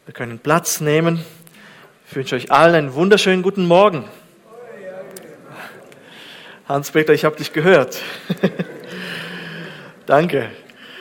Wir können Platz nehmen. Ich wünsche euch allen einen wunderschönen guten Morgen. Hans-Peter, ich habe dich gehört. Danke.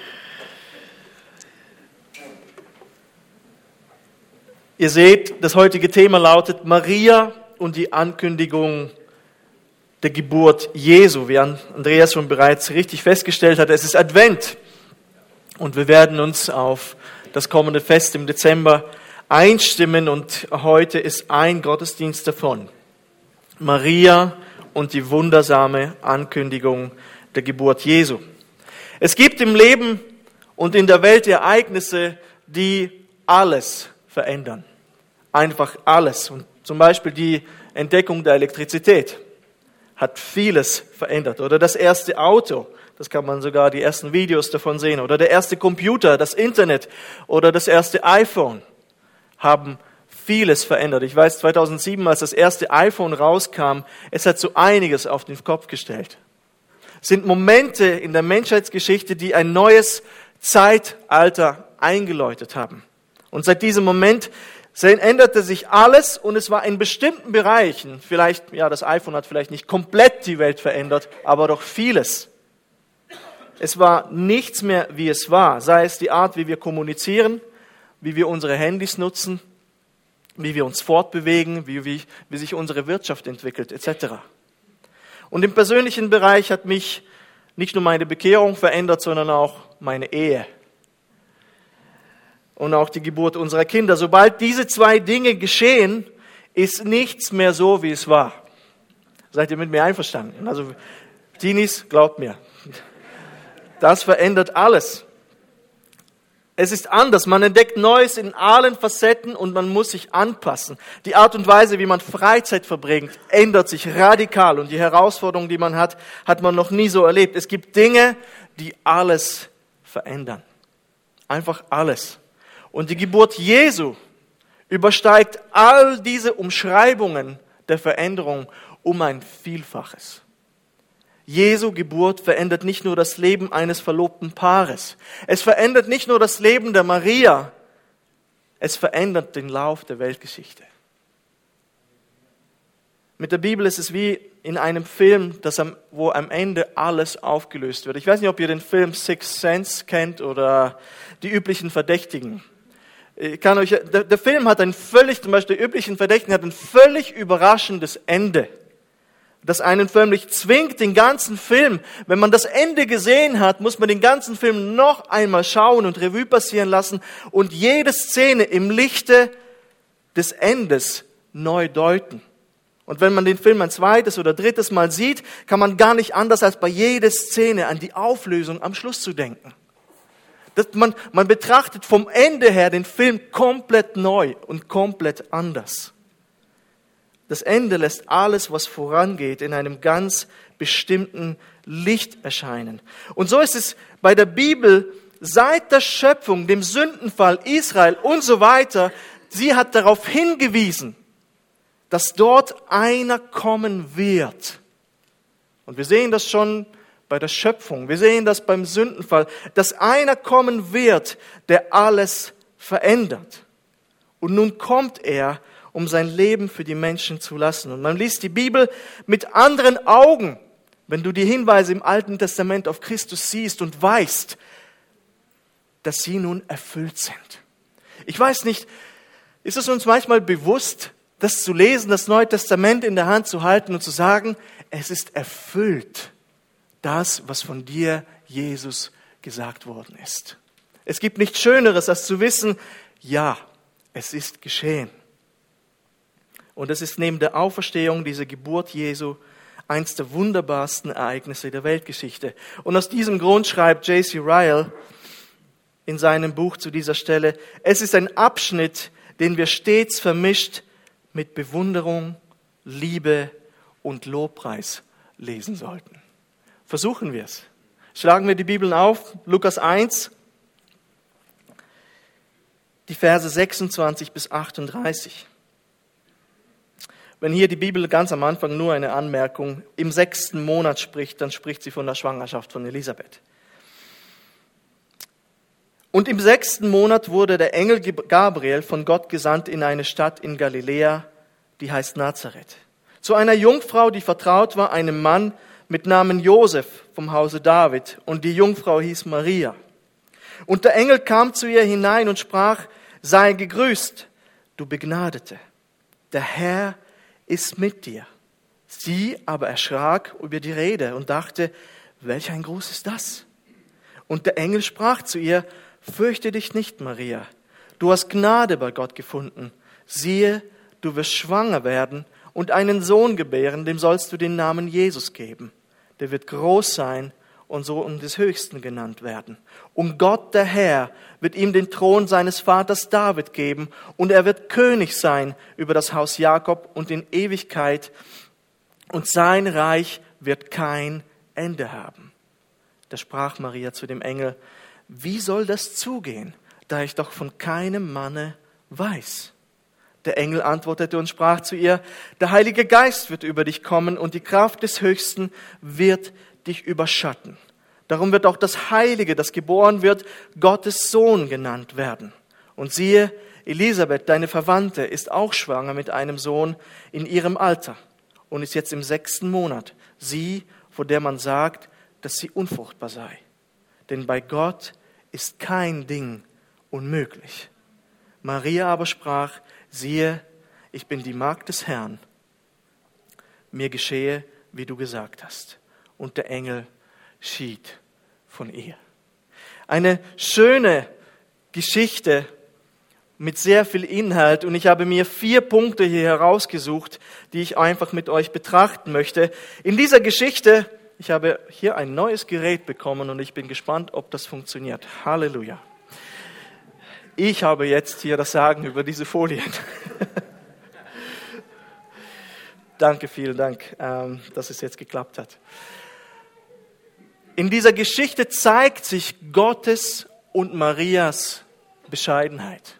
Ihr seht, das heutige Thema lautet Maria und die Ankündigung der Geburt Jesu. Wie Andreas schon bereits richtig festgestellt hat, es ist Advent. Und wir werden uns auf das kommende Fest im Dezember einstimmen. Und heute ist ein Gottesdienst davon. Maria und die wundersame Ankündigung der Geburt Jesu. Es gibt im Leben und in der Welt Ereignisse, die alles verändern. Einfach alles. Und zum Beispiel die Entdeckung der Elektrizität hat vieles verändert. Oder das erste Auto, das kann man sogar die ersten Videos davon sehen. Oder der erste Computer, das Internet oder das erste iPhone haben vieles verändert. Ich weiß, 2007, als das erste iPhone rauskam, es hat so einiges auf den Kopf gestellt. Es sind Momente in der Menschheitsgeschichte, die ein neues Zeitalter eingeläutet haben. Und seit diesem Moment änderte sich alles und es war in bestimmten Bereichen, vielleicht, ja, das iPhone hat vielleicht nicht komplett die Welt verändert, aber doch vieles. Es war nichts mehr, wie es war, sei es die Art, wie wir kommunizieren, wie wir unsere Handys nutzen, wie wir uns fortbewegen, wie sich unsere Wirtschaft entwickelt, etc. Und im persönlichen Bereich hat mich nicht nur meine Bekehrung verändert, sondern auch meine Ehe. Und auch die Geburt unserer Kinder. Sobald diese zwei Dinge geschehen, ist nichts mehr so, wie es war. Seid ihr mit mir einverstanden? Also, Teenies, glaubt mir. Das verändert alles. Es ist anders. Man entdeckt Neues in allen Facetten und man muss sich anpassen. Die Art und Weise, wie man Freizeit verbringt, ändert sich radikal. Und die Herausforderungen, die man hat, hat man noch nie so erlebt. Es gibt Dinge, die alles verändern. Einfach alles. Und die Geburt Jesu übersteigt all diese Umschreibungen der Veränderung um ein Vielfaches. Jesu Geburt verändert nicht nur das Leben eines verlobten Paares. Es verändert nicht nur das Leben der Maria. Es verändert den Lauf der Weltgeschichte. Mit der Bibel ist es wie in einem Film, wo am Ende alles aufgelöst wird. Ich weiß nicht, ob ihr den Film Sixth Sense kennt oder die üblichen Verdächtigen. Der Film hat zum Beispiel die üblichen Verdächtigen hat ein völlig überraschendes Ende, das einen förmlich zwingt, den ganzen Film, wenn man das Ende gesehen hat, muss man den ganzen Film noch einmal schauen und Revue passieren lassen und jede Szene im Lichte des Endes neu deuten. Und wenn man den Film ein zweites oder drittes Mal sieht, kann man gar nicht anders als bei jeder Szene an die Auflösung am Schluss zu denken. Man betrachtet vom Ende her den Film komplett neu und komplett anders. Das Ende lässt alles, was vorangeht, in einem ganz bestimmten Licht erscheinen. Und so ist es bei der Bibel seit der Schöpfung, dem Sündenfall, Israel und so weiter. Sie hat darauf hingewiesen, dass dort einer kommen wird. Und wir sehen das schon bei der Schöpfung. Wir sehen das beim Sündenfall, dass einer kommen wird, der alles verändert. Und nun kommt er, um sein Leben für die Menschen zu lassen. Und man liest die Bibel mit anderen Augen, wenn du die Hinweise im Alten Testament auf Christus siehst und weißt, dass sie nun erfüllt sind. Ich weiß nicht, ist es uns manchmal bewusst, das zu lesen, das Neue Testament in der Hand zu halten und zu sagen, es ist erfüllt, das, was von dir, Jesus, gesagt worden ist. Es gibt nichts Schöneres, als zu wissen, ja, es ist geschehen. Und es ist neben der Auferstehung, diese Geburt Jesu, eines der wunderbarsten Ereignisse der Weltgeschichte. Und aus diesem Grund schreibt J.C. Ryle in seinem Buch zu dieser Stelle, es ist ein Abschnitt, den wir stets vermischt mit Bewunderung, Liebe und Lobpreis lesen sollten. Versuchen wir es. Schlagen wir die Bibeln auf, Lukas 1, die Verse 26 bis 38. Wenn hier die Bibel ganz am Anfang nur eine Anmerkung im 6. Monat spricht, dann spricht sie von der Schwangerschaft von Elisabeth. Und im 6. Monat wurde der Engel Gabriel von Gott gesandt in eine Stadt in Galiläa, die heißt Nazareth, zu einer Jungfrau, die vertraut war, einem Mann mit Namen Josef vom Hause David, und die Jungfrau hieß Maria. Und der Engel kam zu ihr hinein und sprach: Sei gegrüßt, du Begnadete, der Herr ist mit dir. Sie aber erschrak über die Rede und dachte: Welch ein Gruß ist das? Und der Engel sprach zu ihr: Fürchte dich nicht, Maria, du hast Gnade bei Gott gefunden. Siehe, du wirst schwanger werden und einen Sohn gebären, dem sollst du den Namen Jesus geben. Der wird groß sein und Sohn des Höchsten genannt werden. Und Gott, der Herr, wird ihm den Thron seines Vaters David geben, und er wird König sein über das Haus Jakob und in Ewigkeit, und sein Reich wird kein Ende haben. Da sprach Maria zu dem Engel: Wie soll das zugehen, da ich doch von keinem Manne weiß? Der Engel antwortete und sprach zu ihr: Der Heilige Geist wird über dich kommen und die Kraft des Höchsten wird dich überschatten. Darum wird auch das Heilige, das geboren wird, Gottes Sohn genannt werden. Und siehe, Elisabeth, deine Verwandte, ist auch schwanger mit einem Sohn in ihrem Alter und ist jetzt im 6. Monat. Sie, von der man sagt, dass sie unfruchtbar sei. Denn bei Gott ist kein Ding unmöglich. Maria aber sprach: Siehe, ich bin die Magd des Herrn. Mir geschehe, wie du gesagt hast. Und der Engel schied von ihr. Eine schöne Geschichte mit sehr viel Inhalt. Und ich habe mir 4 Punkte hier herausgesucht, die ich einfach mit euch betrachten möchte. In dieser Geschichte, ich habe hier ein neues Gerät bekommen und ich bin gespannt, ob das funktioniert. Halleluja. Ich habe jetzt hier das Sagen über diese Folien. Danke, vielen Dank, dass es jetzt geklappt hat. In dieser Geschichte zeigt sich Gottes und Marias Bescheidenheit.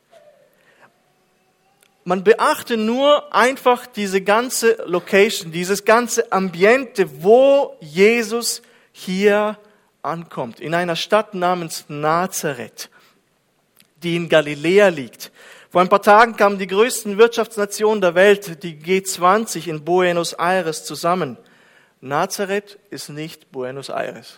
Man beachte nur einfach diese ganze Location, dieses ganze Ambiente, wo Jesus hier ankommt. In einer Stadt namens Nazareth, die in Galiläa liegt. Vor ein paar Tagen kamen die größten Wirtschaftsnationen der Welt, die G20, in Buenos Aires zusammen. Nazareth ist nicht Buenos Aires.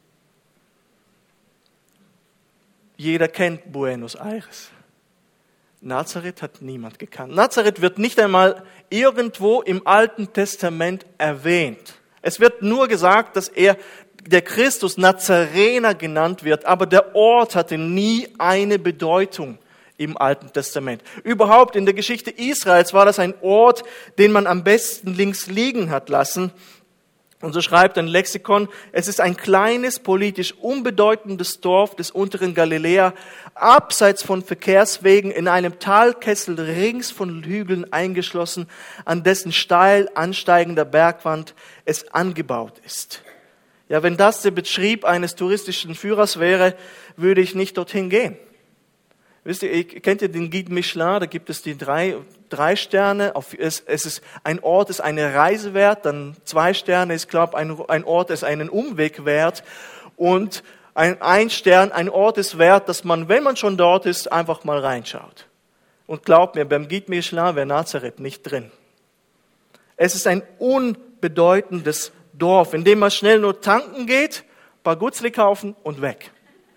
Jeder kennt Buenos Aires. Nazareth hat niemand gekannt. Nazareth wird nicht einmal irgendwo im Alten Testament erwähnt. Es wird nur gesagt, dass der Christus Nazarener genannt wird, aber der Ort hatte nie eine Bedeutung im Alten Testament. Überhaupt in der Geschichte Israels war das ein Ort, den man am besten links liegen hat lassen. Und so schreibt ein Lexikon: Es ist ein kleines, politisch unbedeutendes Dorf des unteren Galiläa, abseits von Verkehrswegen, in einem Talkessel rings von Hügeln eingeschlossen, an dessen steil ansteigender Bergwand es angebaut ist. Ja, wenn das der Betrieb eines touristischen Führers wäre, würde ich nicht dorthin gehen. Wisst ihr, kennt ihr den Guide Michelin? Da gibt es die drei Sterne. Es ist ein Ort, ist eine Reise wert. Dann 2 Sterne ist, glaube ich, ein Ort, ist einen Umweg wert. Und ein Stern, ein Ort ist wert, dass man, wenn man schon dort ist, einfach mal reinschaut. Und glaubt mir, beim Guide Michelin wäre Nazareth nicht drin. Es ist ein unbedeutendes Dorf, in dem man schnell nur tanken geht, ein paar Gutzli kaufen und weg.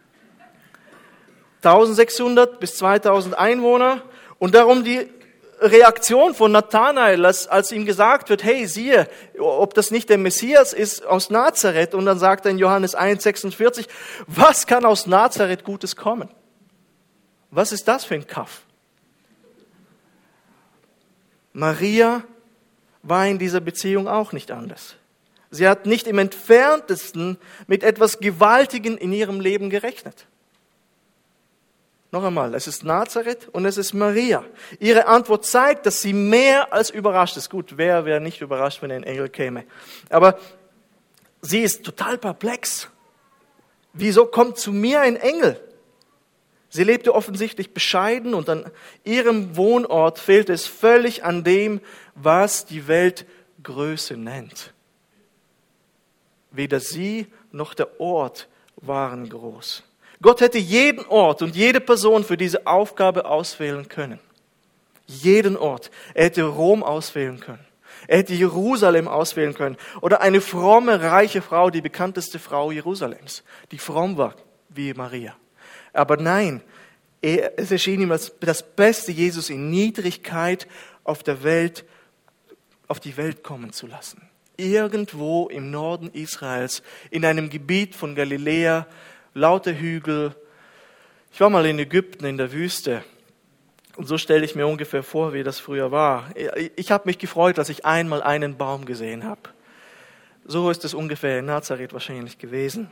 1600 bis 2000 Einwohner, und darum die Reaktion von Nathanael, als ihm gesagt wird: Hey, siehe, ob das nicht der Messias ist aus Nazareth. Und dann sagt er in Johannes 1,46, was kann aus Nazareth Gutes kommen? Was ist das für ein Kaff? Maria war in dieser Beziehung auch nicht anders. Sie hat nicht im Entferntesten mit etwas Gewaltigem in ihrem Leben gerechnet. Noch einmal, es ist Nazareth und es ist Maria. Ihre Antwort zeigt, dass sie mehr als überrascht ist. Gut, wer wäre nicht überrascht, wenn ein Engel käme? Aber sie ist total perplex. Wieso kommt zu mir ein Engel? Sie lebte offensichtlich bescheiden und an ihrem Wohnort fehlte es völlig an dem, was die Welt Größe nennt. Weder sie noch der Ort waren groß. Gott hätte jeden Ort und jede Person für diese Aufgabe auswählen können. Jeden Ort. Er hätte Rom auswählen können. Er hätte Jerusalem auswählen können. Oder eine fromme, reiche Frau, die bekannteste Frau Jerusalems, die fromm war wie Maria. Aber nein, es erschien ihm als das Beste, Jesus in Niedrigkeit auf die Welt kommen zu lassen. Irgendwo im Norden Israels, in einem Gebiet von Galiläa, lauter Hügel. Ich war mal in Ägypten in der Wüste. Und so stelle ich mir ungefähr vor, wie das früher war. Ich habe mich gefreut, dass ich einmal einen Baum gesehen habe. So ist es ungefähr in Nazareth wahrscheinlich gewesen.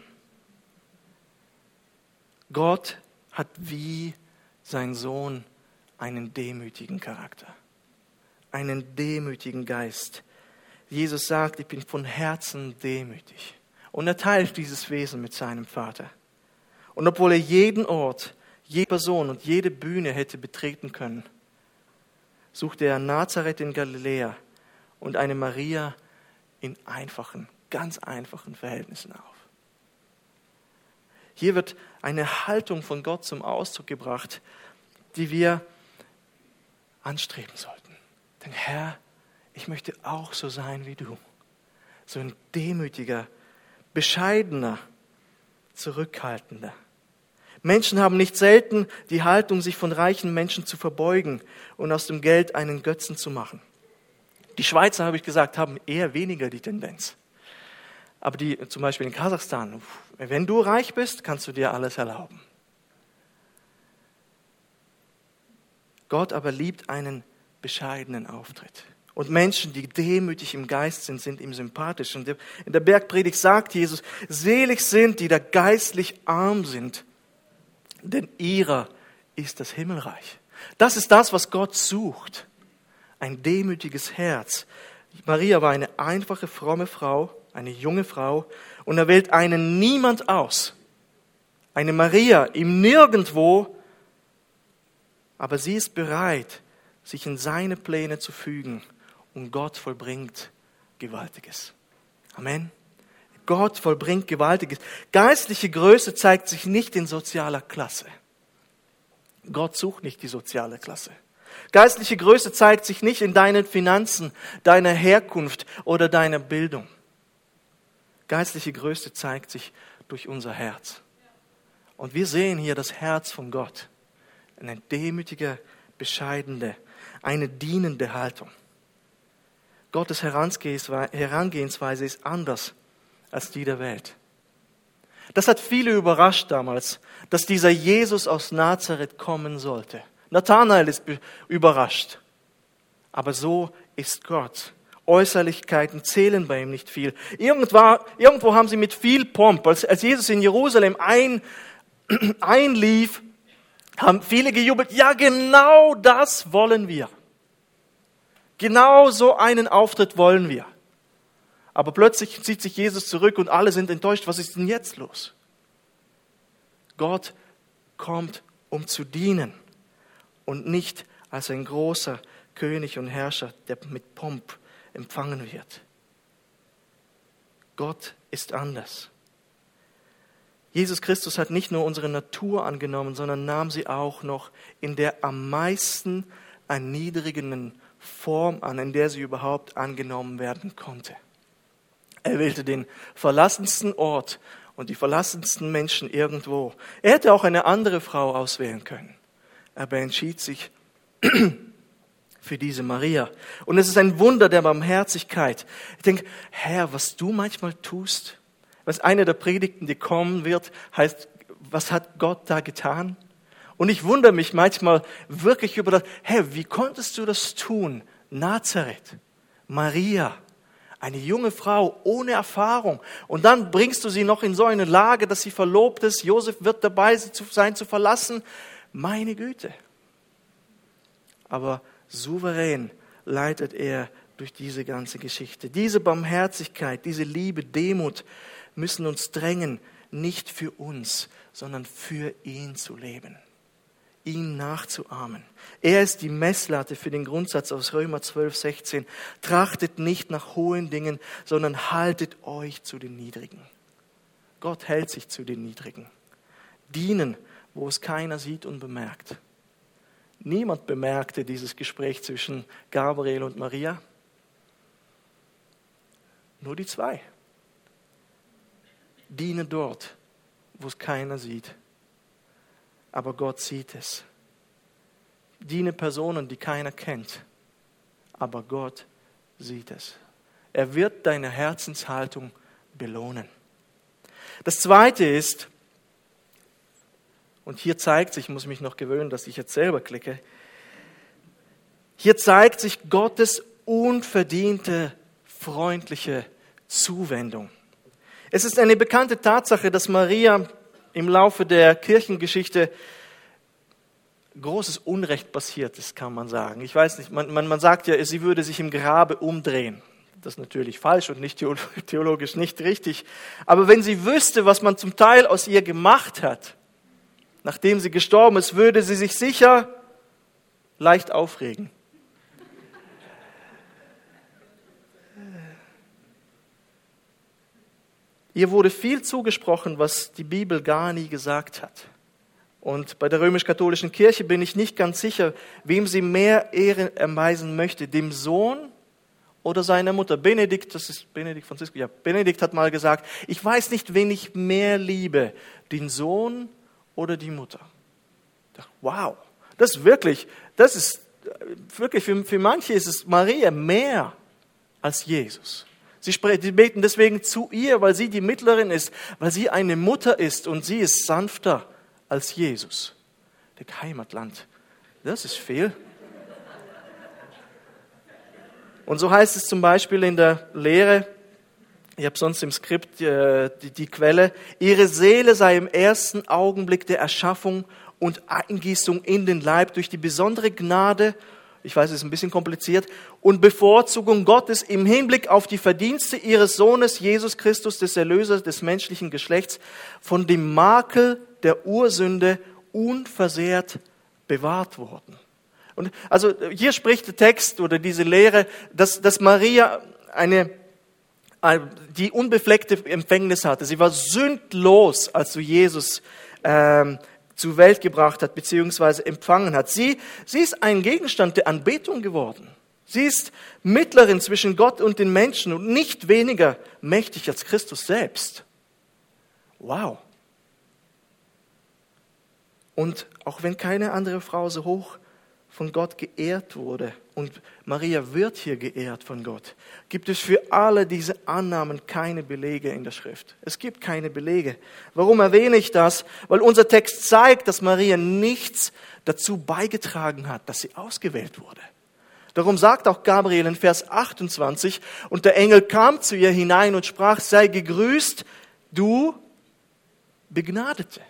Gott hat wie sein Sohn einen demütigen Charakter, einen demütigen Geist. Jesus sagt, ich bin von Herzen demütig. Und er teilt dieses Wesen mit seinem Vater. Und obwohl er jeden Ort, jede Person und jede Bühne hätte betreten können, suchte er Nazareth in Galiläa und eine Maria in einfachen, ganz einfachen Verhältnissen auf. Hier wird eine Haltung von Gott zum Ausdruck gebracht, die wir anstreben sollten. Denn Herr, ich möchte auch so sein wie du. So ein demütiger, bescheidener, zurückhaltender. Menschen haben nicht selten die Haltung, sich von reichen Menschen zu verbeugen und aus dem Geld einen Götzen zu machen. Die Schweizer, habe ich gesagt, haben eher weniger die Tendenz. Aber die, zum Beispiel in Kasachstan, wenn du reich bist, kannst du dir alles erlauben. Gott aber liebt einen bescheidenen Auftritt. Und Menschen, die demütig im Geist sind ihm sympathisch. Und in der Bergpredigt sagt Jesus, selig sind, die da geistlich arm sind, denn ihrer ist das Himmelreich. Das ist das, was Gott sucht. Ein demütiges Herz. Maria war eine einfache, fromme Frau, eine junge Frau, und er wählt einen Niemand aus. Eine Maria im Nirgendwo, aber sie ist bereit, sich in seine Pläne zu fügen, und Gott vollbringt Gewaltiges. Amen. Gott vollbringt Gewaltiges. Geistliche Größe zeigt sich nicht in sozialer Klasse. Gott sucht nicht die soziale Klasse. Geistliche Größe zeigt sich nicht in deinen Finanzen, deiner Herkunft oder deiner Bildung. Geistliche Größe zeigt sich durch unser Herz. Und wir sehen hier das Herz von Gott. Eine demütige, bescheidene, eine dienende Haltung. Gottes Herangehensweise ist anders als die der Welt. Das hat viele überrascht damals, dass dieser Jesus aus Nazareth kommen sollte. Nathanael ist überrascht. Aber so ist Gott. Äußerlichkeiten zählen bei ihm nicht viel. Irgendwo haben sie mit viel Pomp, als Jesus in Jerusalem einlief, haben viele gejubelt. Ja, genau das wollen wir. Genau so einen Auftritt wollen wir. Aber plötzlich zieht sich Jesus zurück und alle sind enttäuscht. Was ist denn jetzt los? Gott kommt, um zu dienen und nicht als ein großer König und Herrscher, der mit Pomp empfangen wird. Gott ist anders. Jesus Christus hat nicht nur unsere Natur angenommen, sondern nahm sie auch noch in der am meisten erniedrigenden Form an, in der sie überhaupt angenommen werden konnte. Er wählte den verlassensten Ort und die verlassensten Menschen irgendwo. Er hätte auch eine andere Frau auswählen können, aber er entschied sich für diese Maria. Und es ist ein Wunder der Barmherzigkeit. Ich denke, Herr, was du manchmal tust, was eine der Predigten, die kommen wird, heißt, was hat Gott da getan? Und ich wundere mich manchmal wirklich über das, Herr, wie konntest du das tun? Nazareth, Maria, eine junge Frau ohne Erfahrung. Und dann bringst du sie noch in so eine Lage, dass sie verlobt ist. Josef wird dabei sein zu verlassen. Meine Güte. Aber souverän leitet er durch diese ganze Geschichte. Diese Barmherzigkeit, diese Liebe, Demut müssen uns drängen, nicht für uns, sondern für ihn zu leben. Ihn nachzuahmen. Er ist die Messlatte für den Grundsatz aus Römer 12,16. Trachtet nicht nach hohen Dingen, sondern haltet euch zu den Niedrigen. Gott hält sich zu den Niedrigen. Dienen, wo es keiner sieht und bemerkt. Niemand bemerkte dieses Gespräch zwischen Gabriel und Maria. Nur die zwei. Diene dort, wo es keiner sieht. Aber Gott sieht es. Diene Personen, die keiner kennt. Aber Gott sieht es. Er wird deine Herzenshaltung belohnen. Das Zweite ist, und hier zeigt sich, ich muss mich noch gewöhnen, dass ich jetzt selber klicke, hier zeigt sich Gottes unverdiente, freundliche Zuwendung. Es ist eine bekannte Tatsache, dass Maria im Laufe der Kirchengeschichte großes Unrecht passiert ist, kann man sagen. Ich weiß nicht, man sagt ja, sie würde sich im Grabe umdrehen. Das ist natürlich falsch und nicht theologisch nicht richtig. Aber wenn sie wüsste, was man zum Teil aus ihr gemacht hat, nachdem sie gestorben ist, würde sie sich sicher leicht aufregen. Ihr wurde viel zugesprochen, was die Bibel gar nie gesagt hat. Und bei der römisch-katholischen Kirche bin ich nicht ganz sicher, wem sie mehr Ehre erweisen möchte, dem Sohn oder seiner Mutter. Benedikt hat mal gesagt, ich weiß nicht, wen ich mehr liebe, den Sohn oder die Mutter. Wow, das ist wirklich für manche ist es Maria mehr als Jesus. Sie beten deswegen zu ihr, weil sie die Mittlerin ist, weil sie eine Mutter ist und sie ist sanfter als Jesus. Der Heimatland, das ist viel. Und so heißt es zum Beispiel in der Lehre, ich habe sonst im Skript die Quelle, ihre Seele sei im ersten Augenblick der Erschaffung und Eingießung in den Leib durch die besondere Gnade, ich weiß, es ist ein bisschen kompliziert, und Bevorzugung Gottes im Hinblick auf die Verdienste ihres Sohnes Jesus Christus, des Erlösers des menschlichen Geschlechts, von dem Makel der Ursünde unversehrt bewahrt worden. Und also hier spricht der Text oder diese Lehre, dass Maria die unbefleckte Empfängnis hatte. Sie war sündlos, als sie Jesus zur Welt gebracht hat, beziehungsweise empfangen hat. Sie ist ein Gegenstand der Anbetung geworden. Sie ist Mittlerin zwischen Gott und den Menschen und nicht weniger mächtig als Christus selbst. Wow. Und auch wenn keine andere Frau so hoch von Gott geehrt wurde, und Maria wird hier geehrt von Gott, gibt es für alle diese Annahmen keine Belege in der Schrift. Es gibt keine Belege. Warum erwähne ich das? Weil unser Text zeigt, dass Maria nichts dazu beigetragen hat, dass sie ausgewählt wurde. Darum sagt auch Gabriel in Vers 28, und der Engel kam zu ihr hinein und sprach, sei gegrüßt, du Begnadete.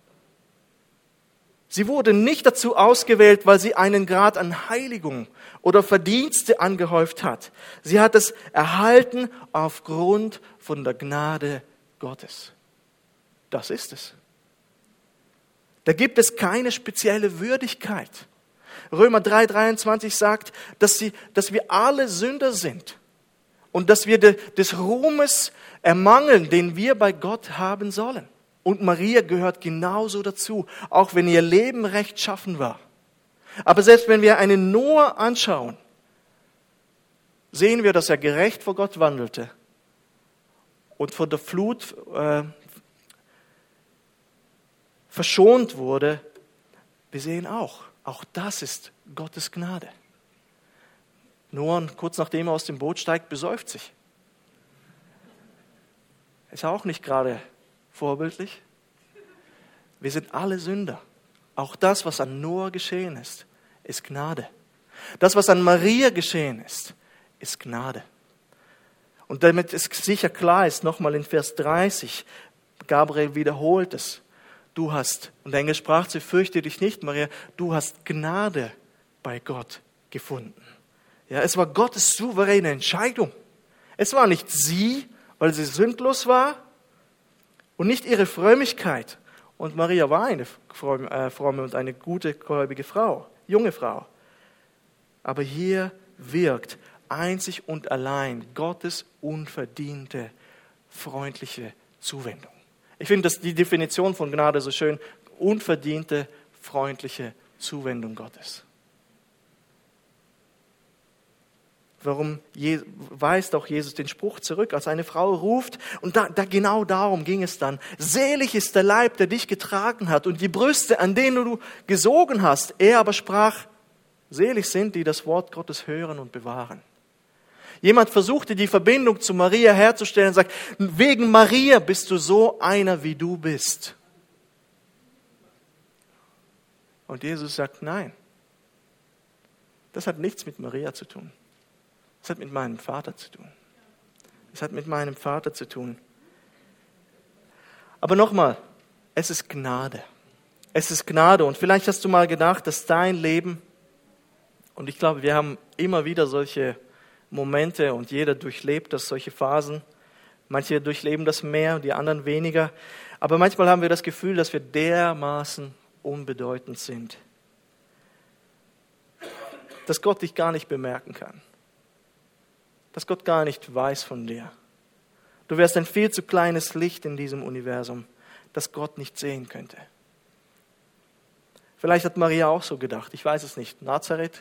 Sie wurde nicht dazu ausgewählt, weil sie einen Grad an Heiligung oder Verdienste angehäuft hat. Sie hat es erhalten aufgrund von der Gnade Gottes. Das ist es. Da gibt es keine spezielle Würdigkeit. Römer 3,23 sagt, dass wir alle Sünder sind und dass wir des Ruhmes ermangeln, den wir bei Gott haben sollen. Und Maria gehört genauso dazu, auch wenn ihr Leben rechtschaffen war. Aber selbst wenn wir einen Noah anschauen, sehen wir, dass er gerecht vor Gott wandelte und von der Flut verschont wurde. Wir sehen auch das ist Gottes Gnade. Noah, kurz nachdem er aus dem Boot steigt, besäuft sich. Ist auch nicht gerade vorbildlich. Wir sind alle Sünder. Auch das, was an Noah geschehen ist Gnade. Das, was an Maria geschehen ist Gnade. Und damit es sicher klar ist, nochmal in Vers 30, Gabriel wiederholt es. Du hast, und der Engel sprach zu, fürchte dich nicht, Maria, du hast Gnade bei Gott gefunden. Ja, es war Gottes souveräne Entscheidung. Es war nicht sie, weil sie sündlos war, und nicht ihre Frömmigkeit. Und Maria war eine fromme und eine gute, gläubige Frau, junge Frau. Aber hier wirkt einzig und allein Gottes unverdiente, freundliche Zuwendung. Ich finde die Definition von Gnade so schön. Unverdiente, freundliche Zuwendung Gottes. Warum weist auch Jesus den Spruch zurück, als eine Frau ruft, und genau darum ging es dann. Selig ist der Leib, der dich getragen hat, und die Brüste, an denen du gesogen hast. Er aber sprach, selig sind, die das Wort Gottes hören und bewahren. Jemand versuchte, die Verbindung zu Maria herzustellen und sagt, wegen Maria bist du so einer, wie du bist. Und Jesus sagt, nein, das hat nichts mit Maria zu tun. Es hat mit meinem Vater zu tun. Es hat mit meinem Vater zu tun. Aber nochmal, es ist Gnade. Es ist Gnade. Und vielleicht hast du mal gedacht, dass dein Leben, und ich glaube, wir haben immer wieder solche Momente und jeder durchlebt das, solche Phasen. Manche durchleben das mehr, die anderen weniger. Aber manchmal haben wir das Gefühl, dass wir dermaßen unbedeutend sind, dass Gott dich gar nicht bemerken kann. Dass Gott gar nicht weiß von dir. Du wärst ein viel zu kleines Licht in diesem Universum, das Gott nicht sehen könnte. Vielleicht hat Maria auch so gedacht, ich weiß es nicht. Nazareth?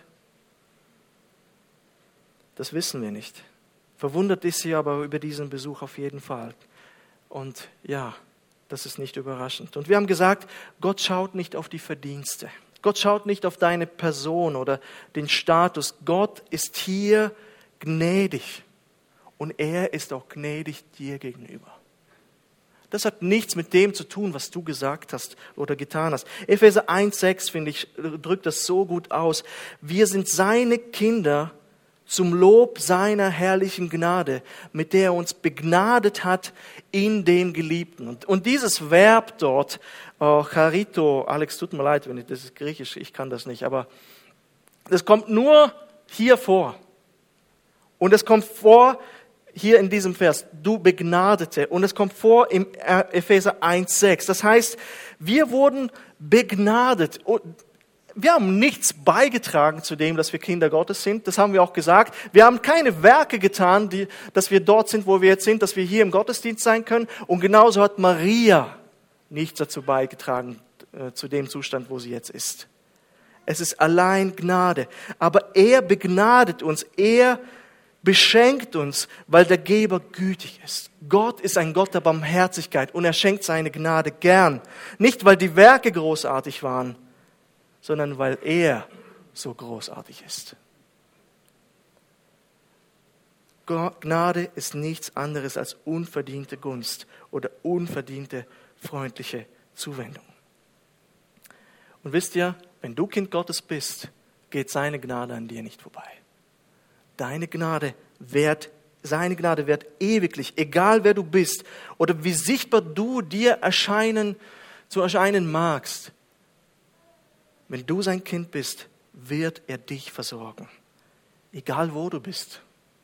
Das wissen wir nicht. Verwundert ist sie aber über diesen Besuch auf jeden Fall. Und ja, das ist nicht überraschend. Und wir haben gesagt, Gott schaut nicht auf die Verdienste. Gott schaut nicht auf deine Person oder den Status. Gott ist hier gnädig. Und er ist auch gnädig dir gegenüber. Das hat nichts mit dem zu tun, was du gesagt hast oder getan hast. Epheser 1,6, finde ich, drückt das so gut aus. Wir sind seine Kinder zum Lob seiner herrlichen Gnade, mit der er uns begnadet hat in dem Geliebten. Und dieses Verb dort, charito, Alex, tut mir leid, wenn das ist griechisch, ich kann das nicht, aber das kommt nur hier vor. Und es kommt vor hier in diesem Vers, du Begnadete. Und es kommt vor im Epheser 1,6. Das heißt, wir wurden begnadet. Wir haben nichts beigetragen zu dem, dass wir Kinder Gottes sind. Das haben wir auch gesagt. Wir haben keine Werke getan, dass wir dort sind, wo wir jetzt sind, dass wir hier im Gottesdienst sein können. Und genauso hat Maria nichts dazu beigetragen, zu dem Zustand, wo sie jetzt ist. Es ist allein Gnade. Aber er begnadet uns. Er beschenkt uns, weil der Geber gütig ist. Gott ist ein Gott der Barmherzigkeit und er schenkt seine Gnade gern. Nicht, weil die Werke großartig waren, sondern weil er so großartig ist. Gnade ist nichts anderes als unverdiente Gunst oder unverdiente freundliche Zuwendung. Und wisst ihr, wenn du Kind Gottes bist, geht seine Gnade an dir nicht vorbei. Seine Gnade währt ewiglich, egal wer du bist oder wie sichtbar du dir erscheinen magst. Wenn du sein Kind bist, wird er dich versorgen. Egal wo du bist.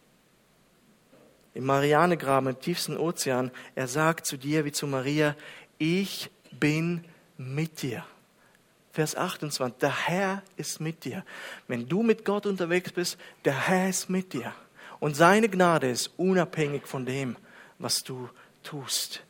Im Marianegraben, im tiefsten Ozean, er sagt zu dir wie zu Maria, ich bin mit dir. Vers 28, der Herr ist mit dir. Wenn du mit Gott unterwegs bist, der Herr ist mit dir. Und seine Gnade ist unabhängig von dem, was du tust.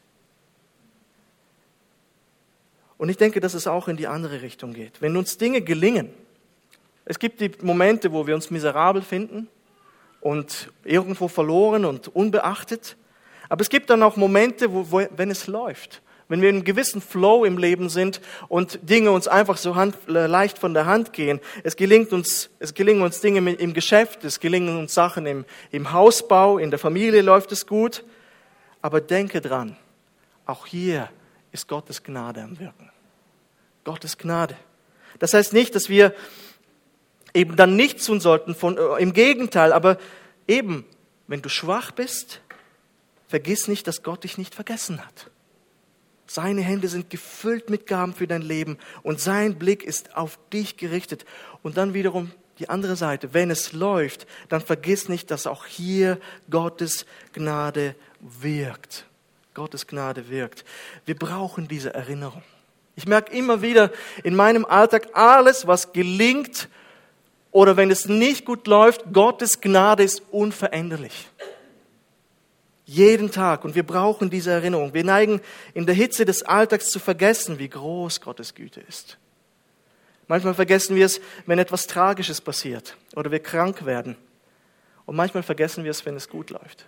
Und ich denke, dass es auch in die andere Richtung geht. Wenn uns Dinge gelingen, es gibt die Momente, wo wir uns miserabel finden und irgendwo verloren und unbeachtet. Aber es gibt dann auch Momente, wenn es läuft. Wenn wir in einem gewissen Flow im Leben sind und Dinge uns einfach so leicht von der Hand gehen. Es gelingen uns Dinge im Geschäft, es gelingen uns Sachen im Hausbau, in der Familie läuft es gut. Aber denke dran, auch hier ist Gottes Gnade am Wirken. Gottes Gnade. Das heißt nicht, dass wir eben dann nichts tun sollten, im Gegenteil, aber eben, wenn du schwach bist, vergiss nicht, dass Gott dich nicht vergessen hat. Seine Hände sind gefüllt mit Gaben für dein Leben und sein Blick ist auf dich gerichtet. Und dann wiederum die andere Seite, wenn es läuft, dann vergiss nicht, dass auch hier Gottes Gnade wirkt. Gottes Gnade wirkt. Wir brauchen diese Erinnerung. Ich merke immer wieder in meinem Alltag, alles, was gelingt oder wenn es nicht gut läuft, Gottes Gnade ist unveränderlich. Jeden Tag. Und wir brauchen diese Erinnerung. Wir neigen in der Hitze des Alltags zu vergessen, wie groß Gottes Güte ist. Manchmal vergessen wir es, wenn etwas Tragisches passiert oder wir krank werden. Und manchmal vergessen wir es, wenn es gut läuft.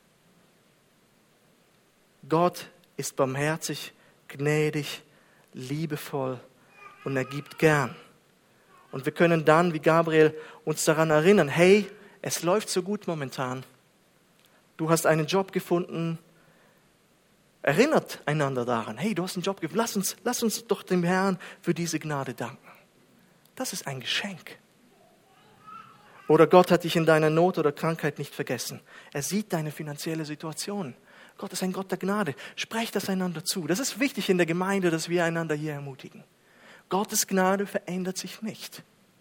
Gott ist barmherzig, gnädig, liebevoll und er gibt gern. Und wir können dann, wie Gabriel, uns daran erinnern, hey, es läuft so gut momentan. Du hast einen Job gefunden. Erinnert einander daran, hey, du hast einen Job gefunden. Lass uns doch dem Herrn für diese Gnade danken. Das ist ein Geschenk. Oder Gott hat dich in deiner Not oder Krankheit nicht vergessen. Er sieht deine finanzielle Situation. Gott ist ein Gott der Gnade. Sprecht das einander zu. Das ist wichtig in der Gemeinde, dass wir einander hier ermutigen. Gottes Gnade verändert sich nicht.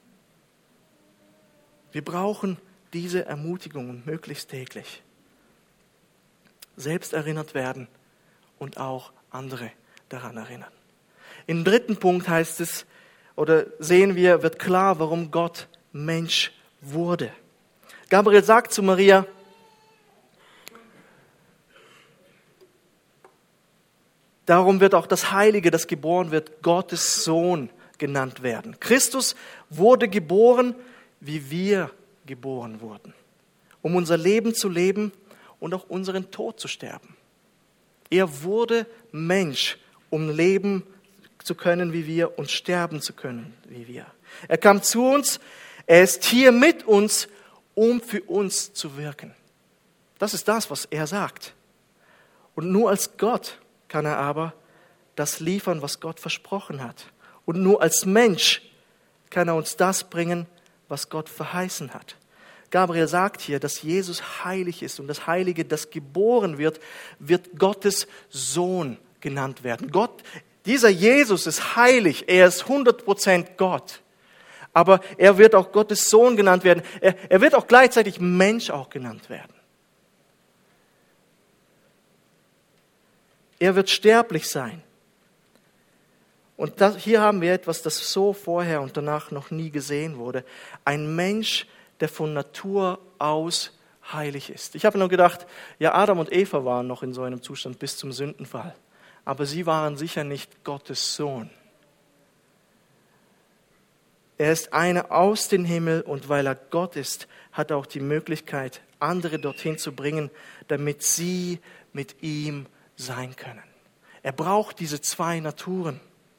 Wir brauchen diese Ermutigung möglichst täglich. Selbst erinnert werden und auch andere daran erinnern. Im 3. Punkt heißt es, oder sehen wir, wird klar, warum Gott Mensch wurde. Gabriel sagt zu Maria, darum wird auch das Heilige, das geboren wird, Gottes Sohn genannt werden. Christus wurde geboren, wie wir geboren wurden, um unser Leben zu leben und auch unseren Tod zu sterben. Er wurde Mensch, um leben zu können wie wir und sterben zu können wie wir. Er kam zu uns, er ist hier mit uns, um für uns zu wirken. Das ist das, was er sagt. Und nur als Gott kann er aber das liefern, was Gott versprochen hat. Und nur als Mensch kann er uns das bringen, was Gott verheißen hat. Gabriel sagt hier, dass Jesus heilig ist und das Heilige, das geboren wird, wird Gottes Sohn genannt werden. Dieser Jesus ist heilig, er ist 100% Gott. Aber er wird auch Gottes Sohn genannt werden. Er wird auch gleichzeitig Mensch auch genannt werden. Er wird sterblich sein. Und hier haben wir etwas, das so vorher und danach noch nie gesehen wurde. Ein Mensch, der von Natur aus heilig ist. Ich habe nur gedacht, ja, Adam und Eva waren noch in so einem Zustand bis zum Sündenfall. Aber sie waren sicher nicht Gottes Sohn. Er ist einer aus dem Himmel und weil er Gott ist, hat er auch die Möglichkeit, andere dorthin zu bringen, damit sie mit ihm sein können. Er braucht diese zwei Naturen.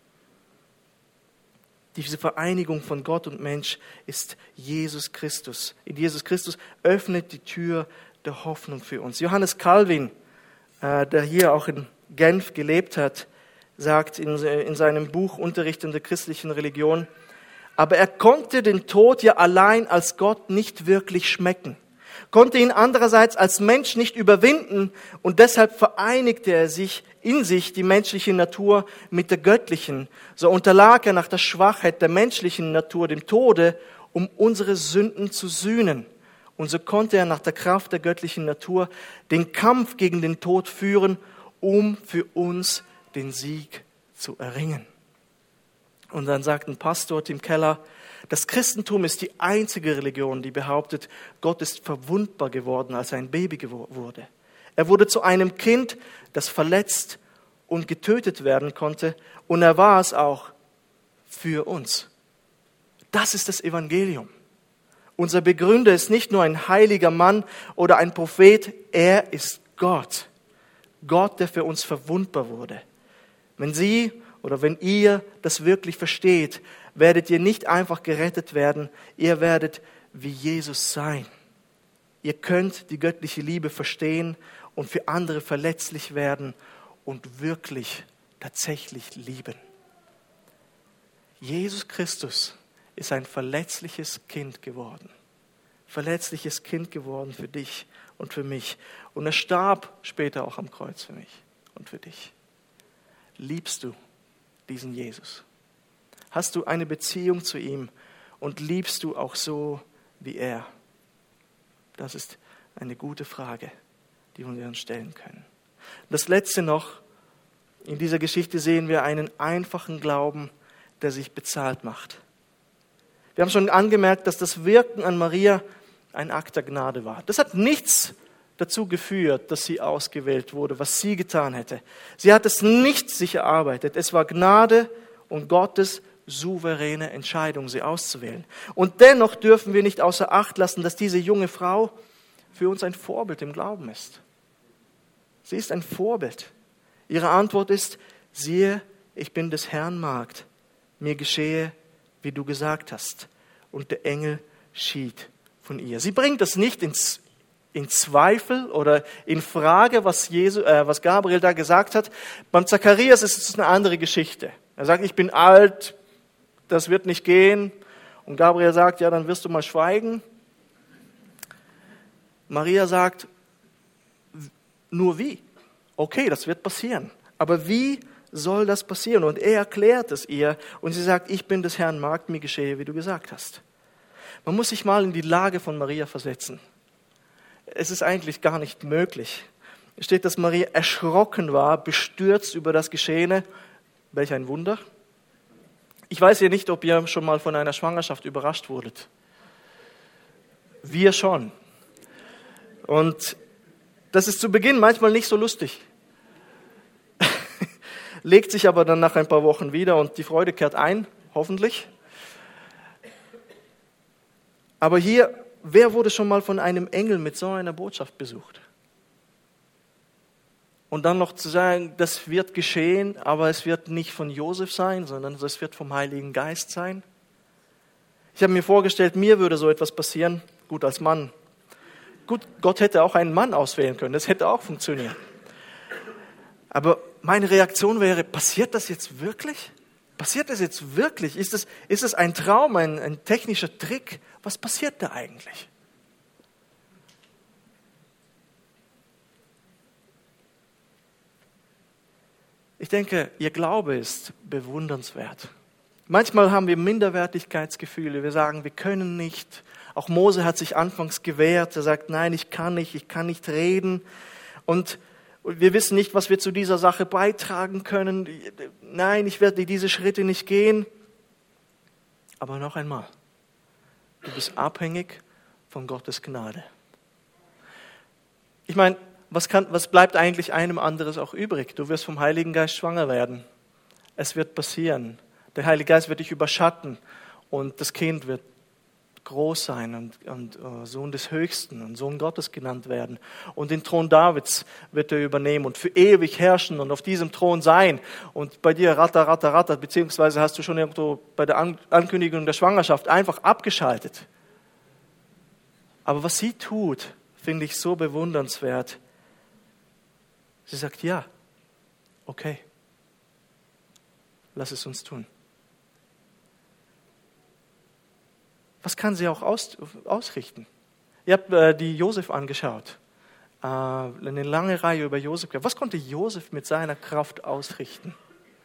Diese Vereinigung von Gott und Mensch ist Jesus Christus. In Jesus Christus öffnet die Tür der Hoffnung für uns. Johannes Calvin, der hier auch in Genf gelebt hat, sagt in seinem Buch Unterricht in der christlichen Religion, aber er konnte den Tod ja allein als Gott nicht wirklich schmecken, konnte ihn andererseits als Mensch nicht überwinden und deshalb vereinigte er sich in sich die menschliche Natur mit der göttlichen. So unterlag er nach der Schwachheit der menschlichen Natur dem Tode, um unsere Sünden zu sühnen. Und so konnte er nach der Kraft der göttlichen Natur den Kampf gegen den Tod führen, um für uns den Sieg zu erringen. Und dann sagt ein Pastor, Tim Keller, das Christentum ist die einzige Religion, die behauptet, Gott ist verwundbar geworden, als er ein Baby wurde. Er wurde zu einem Kind, das verletzt und getötet werden konnte. Und er war es auch für uns. Das ist das Evangelium. Unser Begründer ist nicht nur ein heiliger Mann oder ein Prophet, er ist Gott. Gott, der für uns verwundbar wurde. Wenn Sie oder wenn ihr das wirklich versteht, werdet ihr nicht einfach gerettet werden, ihr werdet wie Jesus sein. Ihr könnt die göttliche Liebe verstehen und für andere verletzlich werden und wirklich tatsächlich lieben. Jesus Christus ist ein verletzliches Kind geworden. Verletzliches Kind geworden für dich und für mich. Und er starb später auch am Kreuz für mich und für dich. Liebst du diesen Jesus? Hast du eine Beziehung zu ihm und liebst du auch so wie er? Das ist eine gute Frage, die wir uns stellen können. Das Letzte noch, in dieser Geschichte sehen wir einen einfachen Glauben, der sich bezahlt macht. Wir haben schon angemerkt, dass das Wirken an Maria ein Akt der Gnade war. Das hat nichts dazu geführt, dass sie ausgewählt wurde, was sie getan hätte. Sie hat es nicht sich erarbeitet. Es war Gnade und Gottes souveräne Entscheidung, sie auszuwählen. Und dennoch dürfen wir nicht außer Acht lassen, dass diese junge Frau für uns ein Vorbild im Glauben ist. Sie ist ein Vorbild. Ihre Antwort ist, siehe, ich bin des Herrn Magd, mir geschehe, wie du gesagt hast. Und der Engel schied von ihr. Sie bringt das nicht in Zweifel oder in Frage, was Gabriel da gesagt hat. Beim Zacharias ist es eine andere Geschichte. Er sagt, ich bin alt, das wird nicht gehen. Und Gabriel sagt, ja, dann wirst du mal schweigen. Maria sagt, nur wie? Okay, das wird passieren. Aber wie soll das passieren? Und er erklärt es ihr und sie sagt, ich bin des Herrn Magd, mir geschehe, wie du gesagt hast. Man muss sich mal in die Lage von Maria versetzen. Es ist eigentlich gar nicht möglich. Es steht, dass Maria erschrocken war, bestürzt über das Geschehene. Welch ein Wunder. Ich weiß ja nicht, ob ihr schon mal von einer Schwangerschaft überrascht wurdet. Wir schon. Und das ist zu Beginn manchmal nicht so lustig. Legt sich aber dann nach ein paar Wochen wieder und die Freude kehrt ein, hoffentlich. Aber hier, wer wurde schon mal von einem Engel mit so einer Botschaft besucht? Und dann noch zu sagen, das wird geschehen, aber es wird nicht von Josef sein, sondern es wird vom Heiligen Geist sein. Ich habe mir vorgestellt, mir würde so etwas passieren, gut als Mann. Gut, Gott hätte auch einen Mann auswählen können, das hätte auch funktioniert. Aber meine Reaktion wäre, passiert das jetzt wirklich? Passiert das jetzt wirklich? Ist es ein Traum, ein technischer Trick? Was passiert da eigentlich? Ich denke, ihr Glaube ist bewundernswert. Manchmal haben wir Minderwertigkeitsgefühle. Wir sagen, wir können nicht. Auch Mose hat sich anfangs gewehrt. Er sagt, nein, ich kann nicht reden. Und wir wissen nicht, was wir zu dieser Sache beitragen können. Nein, ich werde diese Schritte nicht gehen. Aber noch einmal, du bist abhängig von Gottes Gnade. Ich meine, was bleibt eigentlich einem anderes auch übrig? Du wirst vom Heiligen Geist schwanger werden. Es wird passieren. Der Heilige Geist wird dich überschatten und das Kind wird groß sein und Sohn des Höchsten und Sohn Gottes genannt werden. Und den Thron Davids wird er übernehmen und für ewig herrschen und auf diesem Thron sein. Und bei dir ratter, beziehungsweise hast du schon irgendwo bei der Ankündigung der Schwangerschaft einfach abgeschaltet. Aber was sie tut, finde ich so bewundernswert. Sie sagt, ja, okay, lass es uns tun. Was kann sie auch ausrichten? Ihr habt die Josef angeschaut, eine lange Reihe über Josef. Was konnte Josef mit seiner Kraft ausrichten?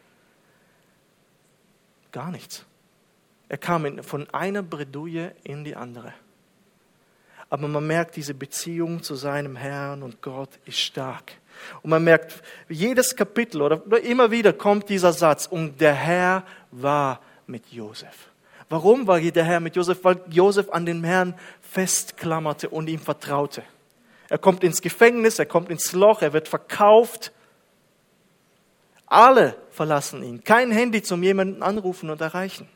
Gar nichts. Er kam von einer Bredouille in die andere. Aber man merkt, diese Beziehung zu seinem Herrn und Gott ist stark. Und man merkt, jedes Kapitel oder immer wieder kommt dieser Satz, und der Herr war mit Josef. Warum war der Herr mit Josef? Weil Josef an den Herrn festklammerte und ihm vertraute. Er kommt ins Gefängnis, er kommt ins Loch, er wird verkauft. Alle verlassen ihn. Kein Handy zum jemanden anrufen und erreichen.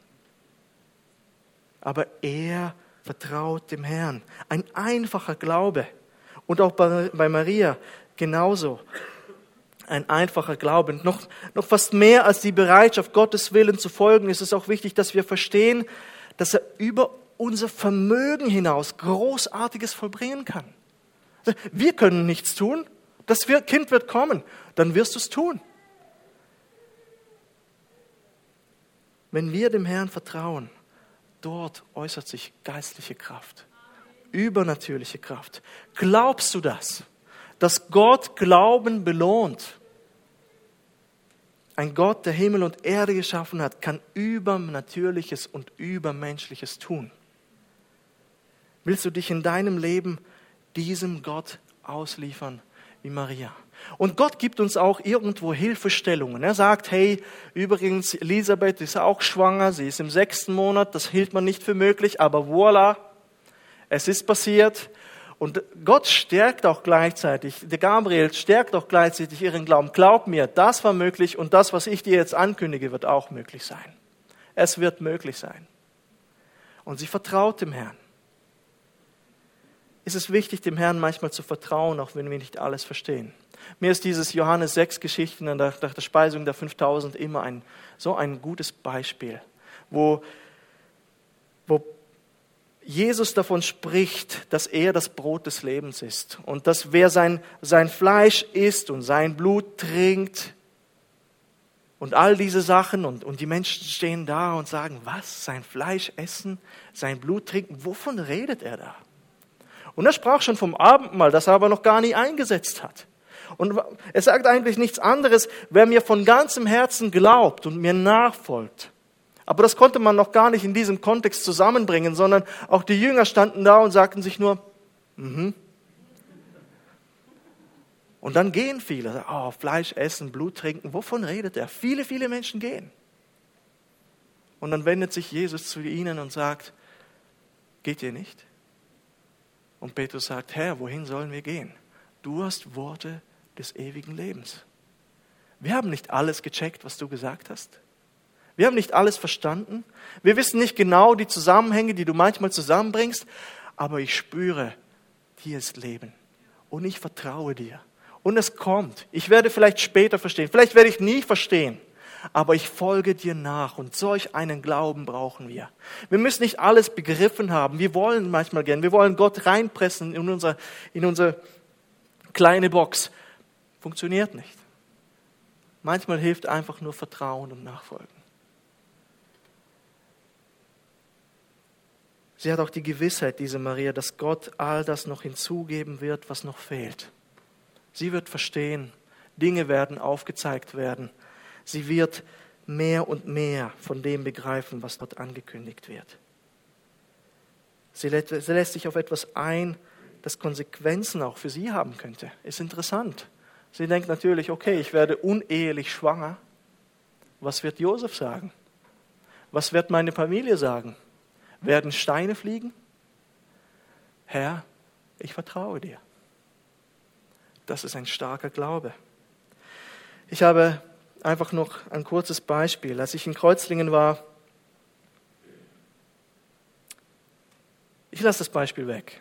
Aber er vertraut dem Herrn. Ein einfacher Glaube. Und auch bei Maria genauso. Ein einfacher Glaube. Noch fast mehr als die Bereitschaft, Gottes Willen zu folgen, ist es auch wichtig, dass wir verstehen, dass er über unser Vermögen hinaus Großartiges vollbringen kann. Wir können nichts tun. Das Kind wird kommen. Dann wirst du es tun. Wenn wir dem Herrn vertrauen, dort äußert sich geistliche Kraft, übernatürliche Kraft. Glaubst du das? Dass Gott Glauben belohnt? Ein Gott, der Himmel und Erde geschaffen hat, kann Übernatürliches und Übermenschliches tun. Willst du dich in deinem Leben diesem Gott ausliefern wie Maria? Und Gott gibt uns auch irgendwo Hilfestellungen. Er sagt, hey, übrigens, Elisabeth ist auch schwanger, sie ist im 6. Monat, das hielt man nicht für möglich, aber voilà, es ist passiert. Und Gott stärkt auch gleichzeitig, der Gabriel stärkt auch gleichzeitig ihren Glauben. Glaub mir, das war möglich und das, was ich dir jetzt ankündige, wird auch möglich sein. Es wird möglich sein. Und sie vertraut dem Herrn. Es ist wichtig, dem Herrn manchmal zu vertrauen, auch wenn wir nicht alles verstehen. Mir ist dieses Johannes 6 Geschichten nach der Speisung der 5000 immer so ein gutes Beispiel, wo Jesus davon spricht, dass er das Brot des Lebens ist und dass wer sein Fleisch isst und sein Blut trinkt und all diese Sachen und die Menschen stehen da und sagen, was, sein Fleisch essen, sein Blut trinken, wovon redet er da? Und er sprach schon vom Abendmahl, das er aber noch gar nie eingesetzt hat. Und er sagt eigentlich nichts anderes, wer mir von ganzem Herzen glaubt und mir nachfolgt. Aber das konnte man noch gar nicht in diesem Kontext zusammenbringen, sondern auch die Jünger standen da und sagten sich nur, Und dann gehen viele, Fleisch essen, Blut trinken, wovon redet er? Viele, viele Menschen gehen. Und dann wendet sich Jesus zu ihnen und sagt, geht ihr nicht? Und Petrus sagt, Herr, wohin sollen wir gehen? Du hast Worte des ewigen Lebens. Wir haben nicht alles gecheckt, was du gesagt hast. Wir haben nicht alles verstanden. Wir wissen nicht genau die Zusammenhänge, die du manchmal zusammenbringst. Aber ich spüre, hier ist Leben. Und ich vertraue dir. Und es kommt. Ich werde vielleicht später verstehen. Vielleicht werde ich nie verstehen. Aber ich folge dir nach. Und solch einen Glauben brauchen wir. Wir müssen nicht alles begriffen haben. Wir wollen manchmal gern. Wir wollen Gott reinpressen in unsere kleine Box. Funktioniert nicht. Manchmal hilft einfach nur Vertrauen und Nachfolgen. Sie hat auch die Gewissheit, diese Maria, dass Gott all das noch hinzugeben wird, was noch fehlt. Sie wird verstehen, Dinge werden aufgezeigt werden. Sie wird mehr und mehr von dem begreifen, was dort angekündigt wird. Sie lässt sich auf etwas ein, das Konsequenzen auch für sie haben könnte. Ist interessant. Sie denkt natürlich, okay, ich werde unehelich schwanger. Was wird Josef sagen? Was wird meine Familie sagen? Werden Steine fliegen? Herr, ich vertraue dir. Das ist ein starker Glaube. Ich habe einfach noch ein kurzes Beispiel. Als ich in Kreuzlingen war, ich lasse das Beispiel weg.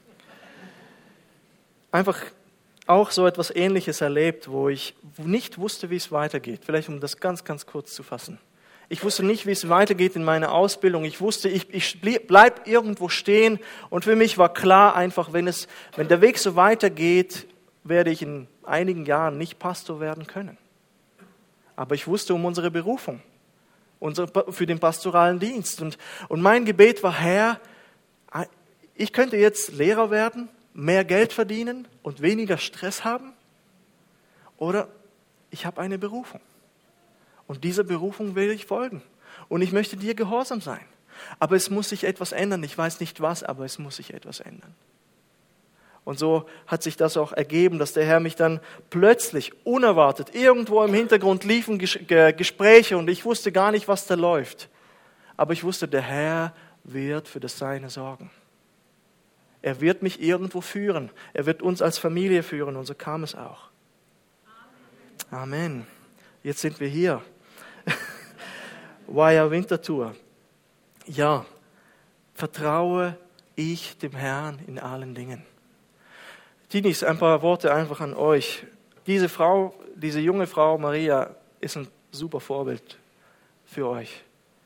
Einfach auch so etwas Ähnliches erlebt, wo ich nicht wusste, wie es weitergeht. Vielleicht um das ganz, ganz kurz zu fassen. Ich wusste nicht, wie es weitergeht in meiner Ausbildung. Ich wusste, ich bleib irgendwo stehen. Und für mich war klar einfach, wenn der Weg so weitergeht, werde ich in einigen Jahren nicht Pastor werden können. Aber ich wusste um unsere Berufung, für den pastoralen Dienst. Und mein Gebet war, Herr, ich könnte jetzt Lehrer werden, mehr Geld verdienen und weniger Stress haben. Oder ich habe eine Berufung. Und dieser Berufung will ich folgen. Und ich möchte dir gehorsam sein. Aber es muss sich etwas ändern. Ich weiß nicht was, aber es muss sich etwas ändern. Und so hat sich das auch ergeben, dass der Herr mich dann plötzlich, unerwartet, irgendwo im Hintergrund liefen Gespräche und ich wusste gar nicht, was da läuft. Aber ich wusste, der Herr wird für das Seine sorgen. Er wird mich irgendwo führen. Er wird uns als Familie führen und so kam es auch. Amen. Jetzt sind wir hier. Wire Winterthur. Ja, vertraue ich dem Herrn in allen Dingen. Teenies, ein paar Worte einfach an euch. Diese junge Frau Maria ist ein super Vorbild für euch.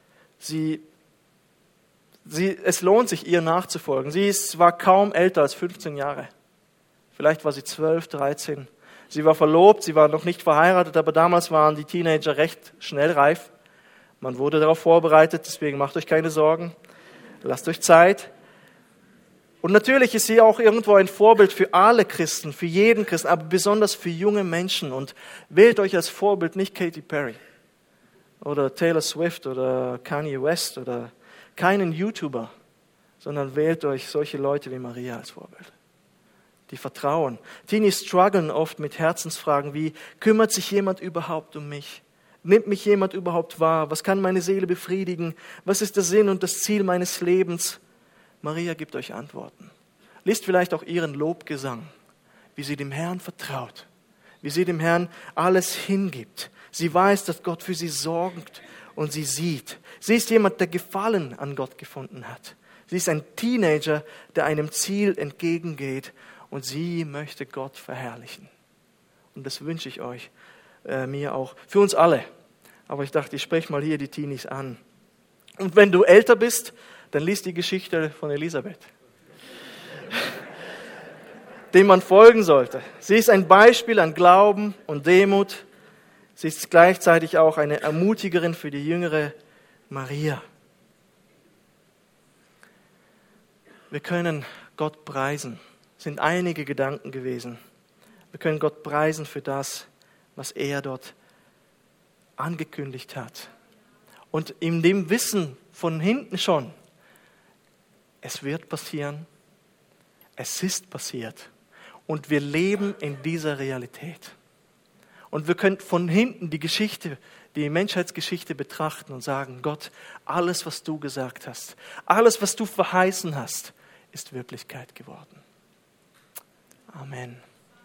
Es lohnt sich, ihr nachzufolgen. Sie war kaum älter als 15 Jahre. Vielleicht war sie 12, 13. Sie war verlobt, sie war noch nicht verheiratet, aber damals waren die Teenager recht schnell reif. Man wurde darauf vorbereitet, deswegen macht euch keine Sorgen. Lasst euch Zeit. Und natürlich ist sie auch irgendwo ein Vorbild für alle Christen, für jeden Christen, aber besonders für junge Menschen. Und wählt euch als Vorbild nicht Katy Perry oder Taylor Swift oder Kanye West oder keinen YouTuber, sondern wählt euch solche Leute wie Maria als Vorbild. Die vertrauen. Teenies strugglen oft mit Herzensfragen wie, kümmert sich jemand überhaupt um mich? Nimmt mich jemand überhaupt wahr? Was kann meine Seele befriedigen? Was ist der Sinn und das Ziel meines Lebens? Maria gibt euch Antworten. Liest vielleicht auch ihren Lobgesang, wie sie dem Herrn vertraut, wie sie dem Herrn alles hingibt. Sie weiß, dass Gott für sie sorgt und sie sieht. Sie ist jemand, der Gefallen an Gott gefunden hat. Sie ist ein Teenager, der einem Ziel entgegengeht und sie möchte Gott verherrlichen. Und das wünsche ich euch, mir auch, für uns alle. Aber ich dachte, ich spreche mal hier die Teenies an. Und wenn du älter bist, dann lies die Geschichte von Elisabeth, dem man folgen sollte. Sie ist ein Beispiel an Glauben und Demut. Sie ist gleichzeitig auch eine Ermutigerin für die jüngere Maria. Wir können Gott preisen. Es sind einige Gedanken gewesen. Wir können Gott preisen für das, was er dort angekündigt hat. Und in dem Wissen von hinten schon, es wird passieren, es ist passiert. Und wir leben in dieser Realität. Und wir können von hinten die Geschichte, die Menschheitsgeschichte betrachten und sagen, Gott, alles, was du gesagt hast, alles, was du verheißen hast, ist Wirklichkeit geworden. Amen.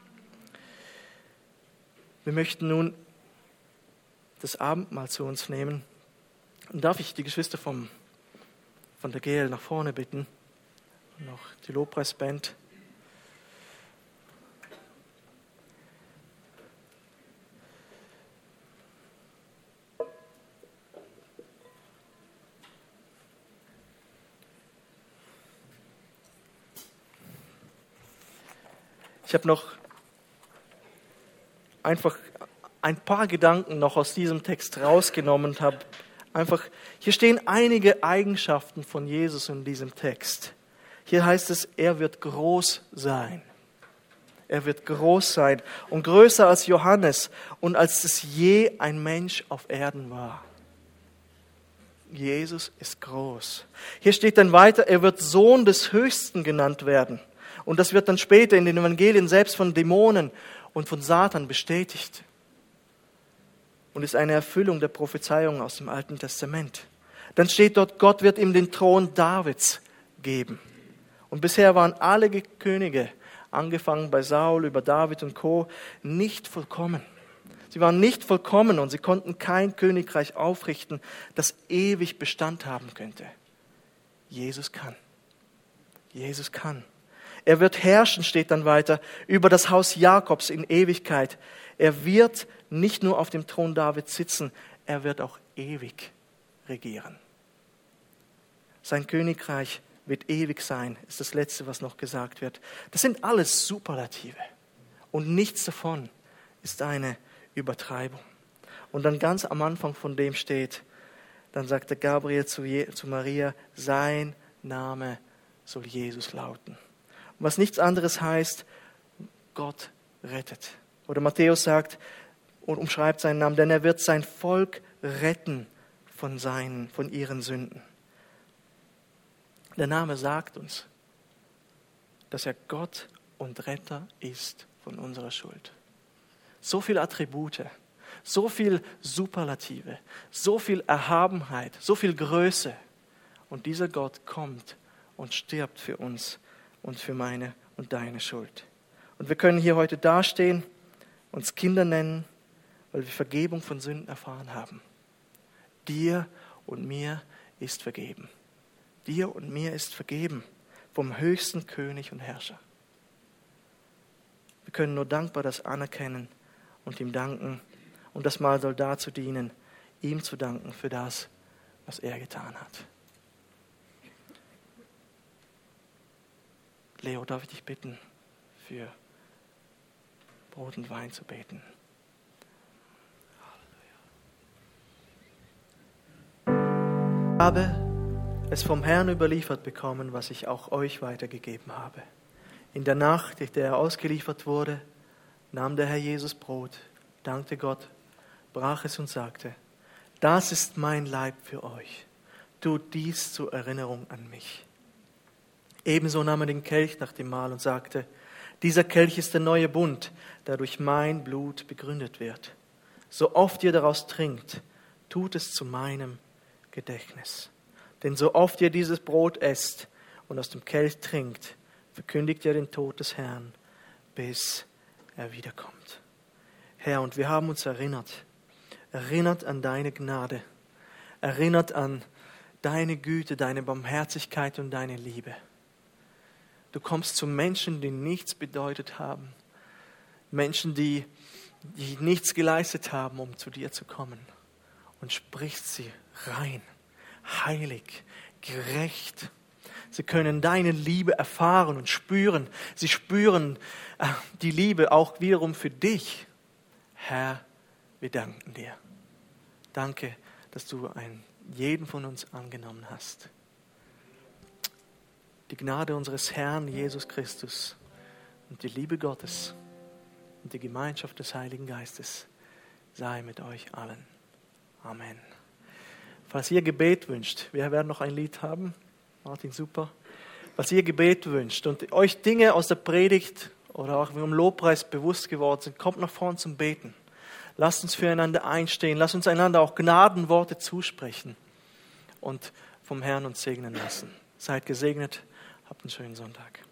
Wir möchten nun das Abendmahl zu uns nehmen. Und darf ich die Geschwister von der GL nach vorne bitten? Und noch die Lobpreisband. Ich habe noch einfach ein paar Gedanken noch aus diesem Text rausgenommen und habe einfach, hier stehen einige Eigenschaften von Jesus in diesem Text. Hier heißt es, er wird groß sein. Er wird groß sein und größer als Johannes und als es je ein Mensch auf Erden war. Jesus ist groß. Hier steht dann weiter, er wird Sohn des Höchsten genannt werden. Und das wird dann später in den Evangelien selbst von Dämonen und von Satan bestätigt. Und ist eine Erfüllung der Prophezeiung aus dem Alten Testament. Dann steht dort, Gott wird ihm den Thron Davids geben. Und bisher waren alle Könige, angefangen bei Saul über David und Co., nicht vollkommen. Sie waren nicht vollkommen und sie konnten kein Königreich aufrichten, das ewig Bestand haben könnte. Jesus kann. Jesus kann. Er wird herrschen, steht dann weiter, über das Haus Jakobs in Ewigkeit. Er wird nicht nur auf dem Thron Davids sitzen, er wird auch ewig regieren. Sein Königreich wird ewig sein, ist das Letzte, was noch gesagt wird. Das sind alles Superlative. Und nichts davon ist eine Übertreibung. Und dann ganz am Anfang von dem steht, dann sagte Gabriel zu Maria, sein Name soll Jesus lauten. Was nichts anderes heißt, Gott rettet. Oder Matthäus sagt und umschreibt seinen Namen, denn er wird sein Volk retten von ihren Sünden. Der Name sagt uns, dass er Gott und Retter ist von unserer Schuld. So viele Attribute, so viel Superlative, so viel Erhabenheit, so viel Größe. Und dieser Gott kommt und stirbt für uns und für meine und deine Schuld. Und wir können hier heute dastehen, uns Kinder nennen, weil wir Vergebung von Sünden erfahren haben. Dir und mir ist vergeben. Dir und mir ist vergeben vom höchsten König und Herrscher. Wir können nur dankbar das anerkennen und ihm danken. Und das Mahl soll dazu dienen, ihm zu danken für das, was er getan hat. Leo, darf ich dich bitten, für Brot und Wein zu beten? Ich habe es vom Herrn überliefert bekommen, was ich auch euch weitergegeben habe. In der Nacht, in der er ausgeliefert wurde, nahm der Herr Jesus Brot, dankte Gott, brach es und sagte, das ist mein Leib für euch. Tut dies zur Erinnerung an mich. Ebenso nahm er den Kelch nach dem Mahl und sagte, dieser Kelch ist der neue Bund, der durch mein Blut begründet wird. So oft ihr daraus trinkt, tut es zu meinem Gedächtnis. Denn so oft ihr dieses Brot esst und aus dem Kelch trinkt, verkündigt ja den Tod des Herrn, bis er wiederkommt. Herr, und wir haben uns erinnert an deine Gnade, erinnert an deine Güte, deine Barmherzigkeit und deine Liebe. Du kommst zu Menschen, die nichts bedeutet haben, Menschen, die nichts geleistet haben, um zu dir zu kommen, und sprichst sie rein, heilig, gerecht. Sie können deine Liebe erfahren und spüren. Sie spüren die Liebe auch wiederum für dich. Herr, wir danken dir. Danke, dass du jeden von uns angenommen hast. Die Gnade unseres Herrn Jesus Christus und die Liebe Gottes und die Gemeinschaft des Heiligen Geistes sei mit euch allen. Amen. Falls ihr Gebet wünscht, wir werden noch ein Lied haben. Martin, super. Falls ihr Gebet wünscht und euch Dinge aus der Predigt oder auch im Lobpreis bewusst geworden sind, kommt nach vorn zum Beten. Lasst uns füreinander einstehen. Lasst uns einander auch Gnadenworte zusprechen und vom Herrn uns segnen lassen. Seid gesegnet. Habt einen schönen Sonntag.